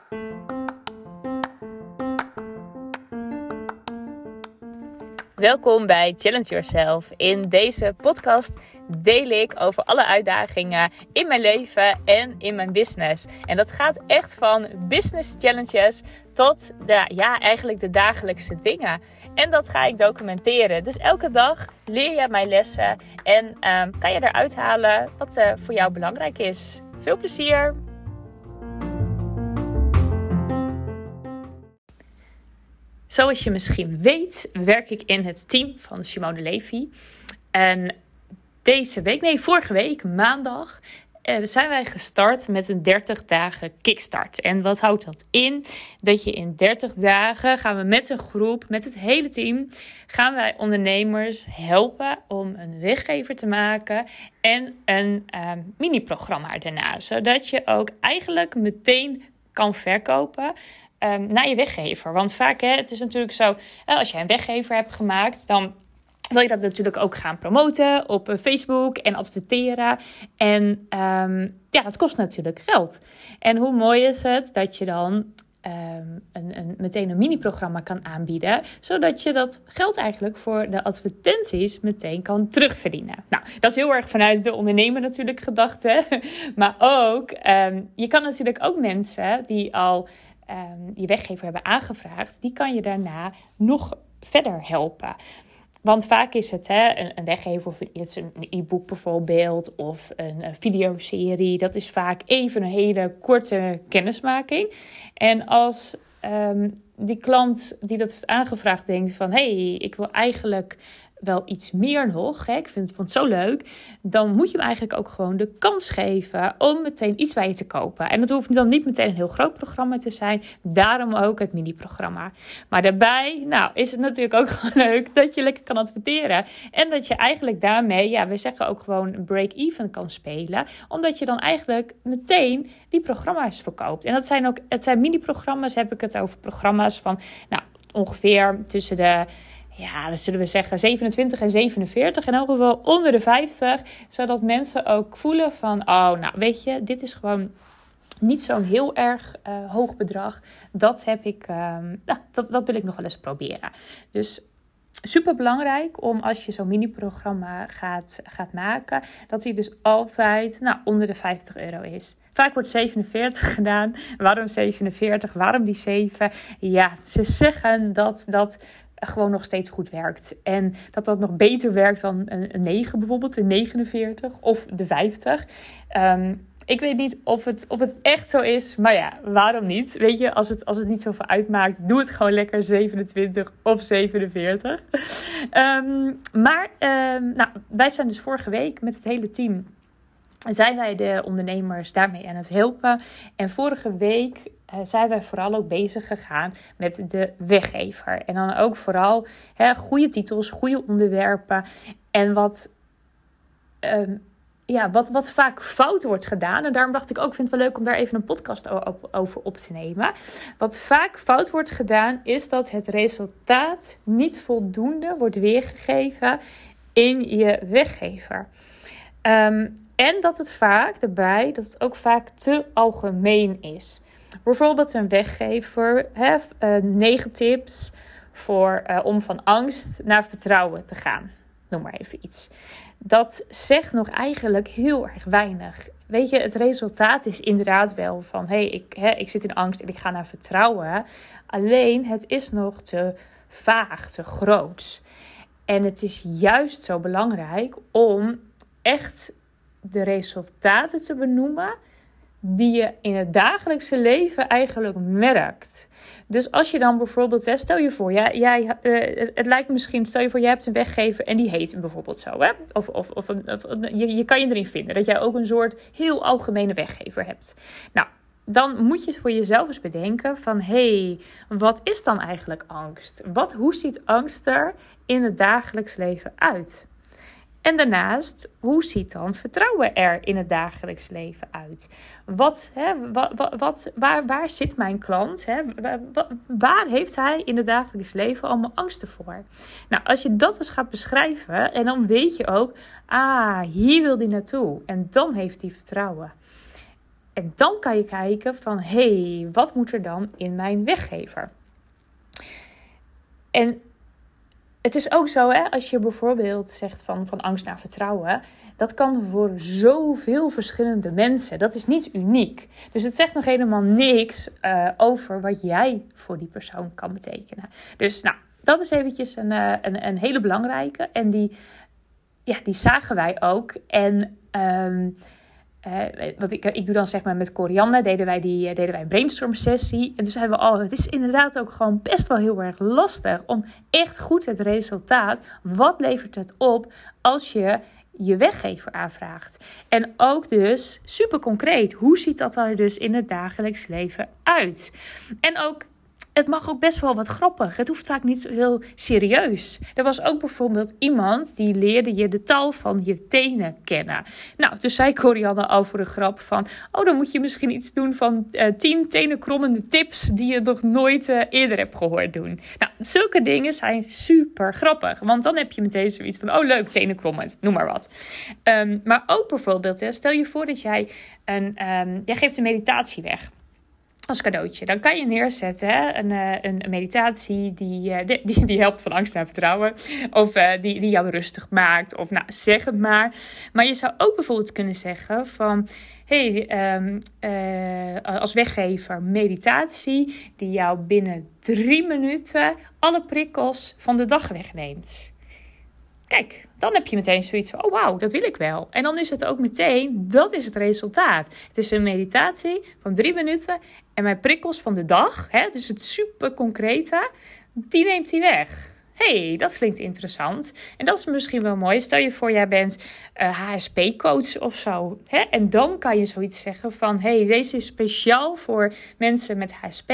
Welkom bij Challenge Yourself. In deze podcast deel ik over alle uitdagingen in mijn leven en in mijn business. En dat gaat echt van business challenges tot eigenlijk de dagelijkse dingen. En dat ga ik documenteren. Dus elke dag leer je mijn lessen en kan je eruit halen wat voor jou belangrijk is. Veel plezier! Zoals je misschien weet, werk ik in het team van Simone Levy. En vorige week, maandag, zijn wij gestart met een 30 dagen kickstart. En wat houdt dat in? Dat je in 30 dagen gaan we met een groep, met het hele team, gaan wij ondernemers helpen om een weggever te maken en een mini-programma daarna. Zodat je ook eigenlijk meteen kan verkopen naar je weggever. Want vaak, het is natuurlijk zo, als jij een weggever hebt gemaakt, dan wil je dat natuurlijk ook gaan promoten op Facebook en adverteren. En dat kost natuurlijk geld. En hoe mooi is het dat je dan meteen een mini-programma kan aanbieden, zodat je dat geld eigenlijk voor de advertenties meteen kan terugverdienen. Nou, dat is heel erg vanuit de ondernemer natuurlijk gedacht, hè? Maar ook, je kan natuurlijk ook mensen die al je weggever hebben aangevraagd, die kan je daarna nog verder helpen. Want vaak is het een weggever of een e-book bijvoorbeeld of een videoserie. Dat is vaak even een hele korte kennismaking. En als die klant die dat heeft aangevraagd denkt van ik wil eigenlijk wel iets meer nog. Ik vond het zo leuk. Dan moet je hem eigenlijk ook gewoon de kans geven om meteen iets bij je te kopen. En dat hoeft dan niet meteen een heel groot programma te zijn. Daarom ook het mini-programma. Maar daarbij is het natuurlijk ook gewoon leuk dat je lekker kan adverteren. En dat je eigenlijk daarmee, we zeggen ook gewoon break-even kan spelen. Omdat je dan eigenlijk meteen die programma's verkoopt. En het zijn mini-programma's, heb ik het over programma's van ongeveer tussen de zullen we zeggen 27 en 47. En in elk geval onder de 50. Zodat mensen ook voelen van, weet je, dit is gewoon niet zo'n heel erg hoog bedrag. Dat heb ik, dat wil ik nog wel eens proberen. Dus super belangrijk om als je zo'n mini-programma gaat maken, dat die dus altijd onder de €50 is. Vaak wordt 47 gedaan. Waarom 47? Waarom die 7? Ja, ze zeggen dat gewoon nog steeds goed werkt. En dat nog beter werkt dan een 9 bijvoorbeeld, een 49 of de 50. Ik weet niet of het echt zo is, maar waarom niet? Weet je, als het niet zoveel uitmaakt, doe het gewoon lekker 27 of 47. Wij zijn dus vorige week met het hele team, zijn wij de ondernemers daarmee aan het helpen. En vorige week zijn wij vooral ook bezig gegaan met de weggever. En dan ook vooral goede titels, goede onderwerpen. En wat vaak fout wordt gedaan. En daarom dacht ik ook, ik vind het wel leuk om daar even een podcast over op te nemen. Wat vaak fout wordt gedaan, is dat het resultaat niet voldoende wordt weergegeven in je weggever. En dat het ook vaak te algemeen is. Bijvoorbeeld een weggever, 9 tips om van angst naar vertrouwen te gaan. Noem maar even iets. Dat zegt nog eigenlijk heel erg weinig. Weet je, het resultaat is inderdaad wel van, ik zit in angst en ik ga naar vertrouwen. Alleen, het is nog te vaag, te groots. En het is juist zo belangrijk om echt de resultaten te benoemen die je in het dagelijkse leven eigenlijk merkt. Dus als je dan bijvoorbeeld, stel je voor, het lijkt misschien, stel je voor, jij hebt een weggever en die heet bijvoorbeeld zo, hè? Of je kan je erin vinden dat jij ook een soort heel algemene weggever hebt. Nou, dan moet je voor jezelf eens bedenken van, wat is dan eigenlijk angst? Hoe ziet angst er in het dagelijks leven uit? En daarnaast, hoe ziet dan vertrouwen er in het dagelijks leven uit? Waar zit mijn klant? Waar heeft hij in het dagelijks leven allemaal angsten voor? Nou, als je dat eens gaat beschrijven, en dan weet je ook, hier wil hij naartoe. En dan heeft hij vertrouwen. En dan kan je kijken van, wat moet er dan in mijn weggever? En het is ook zo, als je bijvoorbeeld zegt van angst naar vertrouwen, dat kan voor zoveel verschillende mensen. Dat is niet uniek. Dus het zegt nog helemaal niks over wat jij voor die persoon kan betekenen. Dus dat is eventjes een hele belangrijke. En die zagen wij ook. En wat ik doe dan zeg maar met Corianne, deden wij een brainstorm sessie. En toen zeiden we, het is inderdaad ook gewoon best wel heel erg lastig om echt goed het resultaat, wat levert het op als je weggever aanvraagt. En ook dus super concreet, hoe ziet dat er dus in het dagelijks leven uit? En ook, het mag ook best wel wat grappig. Het hoeft vaak niet zo heel serieus. Er was ook bijvoorbeeld iemand die leerde je de taal van je tenen kennen. Nou, dus zei Corianne al voor de grap van, dan moet je misschien iets doen van 10 tenenkrommende tips die je nog nooit eerder hebt gehoord doen. Nou, zulke dingen zijn super grappig. Want dan heb je meteen zoiets van, leuk, tenenkrommend, noem maar wat. Maar ook bijvoorbeeld, stel je voor dat jij geeft een meditatie weg. Als cadeautje. Dan kan je neerzetten een meditatie die helpt van angst naar vertrouwen. Of die jou rustig maakt. Of zeg het maar. Maar je zou ook bijvoorbeeld kunnen zeggen van, als weggever meditatie die jou binnen 3 minuten alle prikkels van de dag wegneemt. Kijk, dan heb je meteen zoiets van, wauw, dat wil ik wel. En dan is het ook meteen, dat is het resultaat. Het is een meditatie van 3 minuten. En mijn prikkels van de dag, dus het super concrete, die neemt hij weg. Dat klinkt interessant. En dat is misschien wel mooi. Stel je voor, jij bent HSP-coach of zo. En dan kan je zoiets zeggen van, deze is speciaal voor mensen met HSP.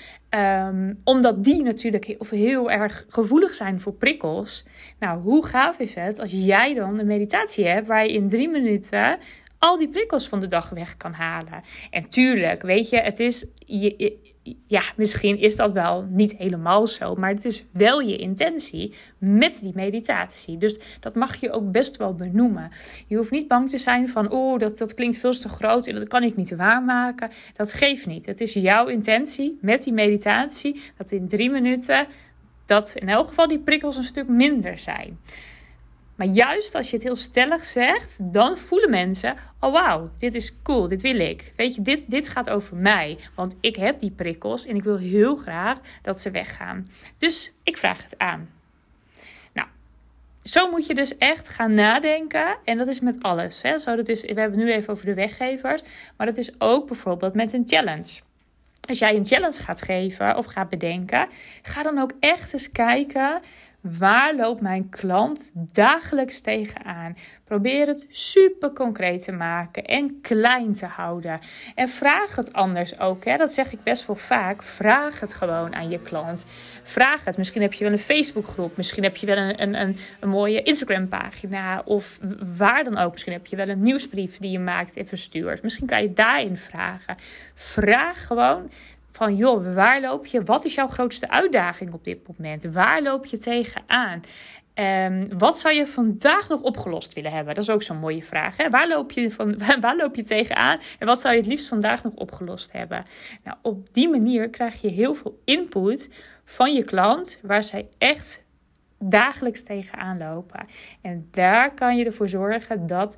Omdat die natuurlijk heel erg gevoelig zijn voor prikkels. Nou, hoe gaaf is het als jij dan een meditatie hebt waar je in 3 minuten al die prikkels van de dag weg kan halen. En tuurlijk, weet je, het is, misschien is dat wel niet helemaal zo, maar het is wel je intentie met die meditatie. Dus dat mag je ook best wel benoemen. Je hoeft niet bang te zijn van, dat klinkt veel te groot en dat kan ik niet waarmaken. Dat geeft niet. Het is jouw intentie met die meditatie, dat in 3 minuten, dat in elk geval die prikkels een stuk minder zijn. Maar juist als je het heel stellig zegt, dan voelen mensen, wauw, dit is cool, dit wil ik. Weet je, dit gaat over mij, want ik heb die prikkels en ik wil heel graag dat ze weggaan. Dus ik vraag het aan. Nou, zo moet je dus echt gaan nadenken en dat is met alles. We hebben het nu even over de weggevers, maar dat is ook bijvoorbeeld met een challenge. Als jij een challenge gaat geven of gaat bedenken, ga dan ook echt eens kijken, waar loopt mijn klant dagelijks tegenaan? Probeer het super concreet te maken en klein te houden. En vraag het anders ook. Dat zeg ik best wel vaak. Vraag het gewoon aan je klant. Vraag het. Misschien heb je wel een Facebookgroep. Misschien heb je wel een mooie Instagram pagina. Of waar dan ook. Misschien heb je wel een nieuwsbrief die je maakt en verstuurt. Misschien kan je daarin vragen. Vraag gewoon van, waar loop je? Wat is jouw grootste uitdaging op dit moment? Waar loop je tegenaan? Wat zou je vandaag nog opgelost willen hebben? Dat is ook zo'n mooie vraag. Waar loop je tegenaan? En wat zou je het liefst vandaag nog opgelost hebben? Nou, op die manier krijg je heel veel input van je klant, waar zij echt dagelijks tegenaan lopen. En daar kan je ervoor zorgen dat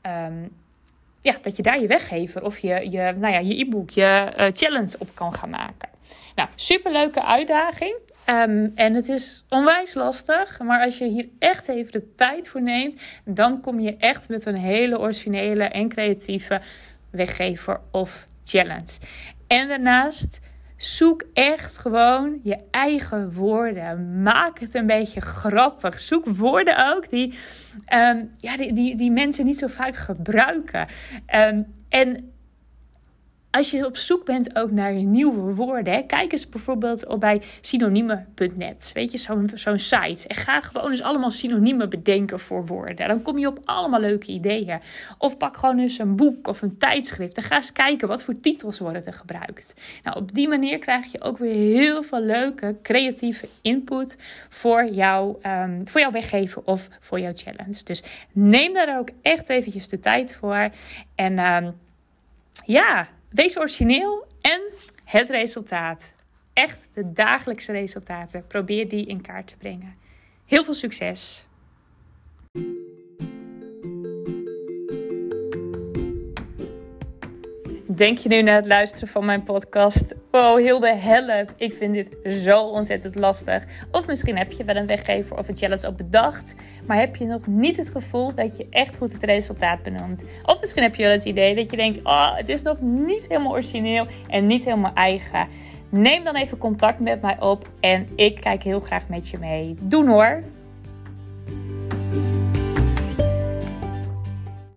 dat je daar je weggever of je e-book, je challenge op kan gaan maken. Nou, superleuke uitdaging. En het is onwijs lastig. Maar als je hier echt even de tijd voor neemt, dan kom je echt met een hele originele en creatieve weggever of challenge. En daarnaast, zoek echt gewoon je eigen woorden. Maak het een beetje grappig. Zoek woorden ook die mensen niet zo vaak gebruiken. En als je op zoek bent ook naar nieuwe woorden, kijk eens bijvoorbeeld op bij synoniemen.net. Weet je, zo'n site. En ga gewoon eens allemaal synoniemen bedenken voor woorden. Dan kom je op allemaal leuke ideeën. Of pak gewoon eens een boek of een tijdschrift. En ga eens kijken wat voor titels worden er gebruikt. Nou, op die manier krijg je ook weer heel veel leuke, creatieve input voor jouw weggeven of voor jouw challenge. Dus neem daar ook echt eventjes de tijd voor. En Ja, wees origineel en het resultaat. Echt de dagelijkse resultaten. Probeer die in kaart te brengen. Heel veel succes! Denk je nu na het luisteren van mijn podcast: wow, Hilde, help, ik vind dit zo ontzettend lastig. Of misschien heb je wel een weggever of een challenge op bedacht, maar heb je nog niet het gevoel dat je echt goed het resultaat benoemt. Of misschien heb je wel het idee dat je denkt: oh, het is nog niet helemaal origineel en niet helemaal eigen. Neem dan even contact met mij op en ik kijk heel graag met je mee. Doen hoor!